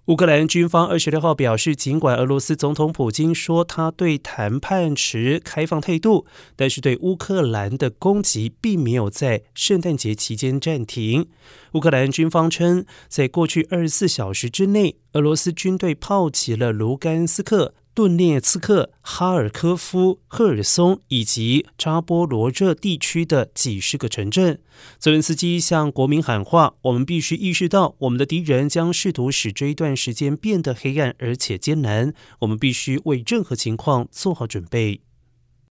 乌克兰军方26号表示，尽管俄罗斯总统普京说他对谈判持开放态度，但是对乌克兰的攻击并没有在圣诞节期间暂停。乌克兰军方称，在过去24小时之内，俄罗斯军队炮击了卢甘斯克、顿涅茨克、哈尔科夫、赫尔松以及扎波罗热地区的几十个城镇。泽连斯基向国民喊话：我们必须意识到，我们的敌人将试图使这一段时间变得黑暗而且艰难，我们必须为任何情况做好准备。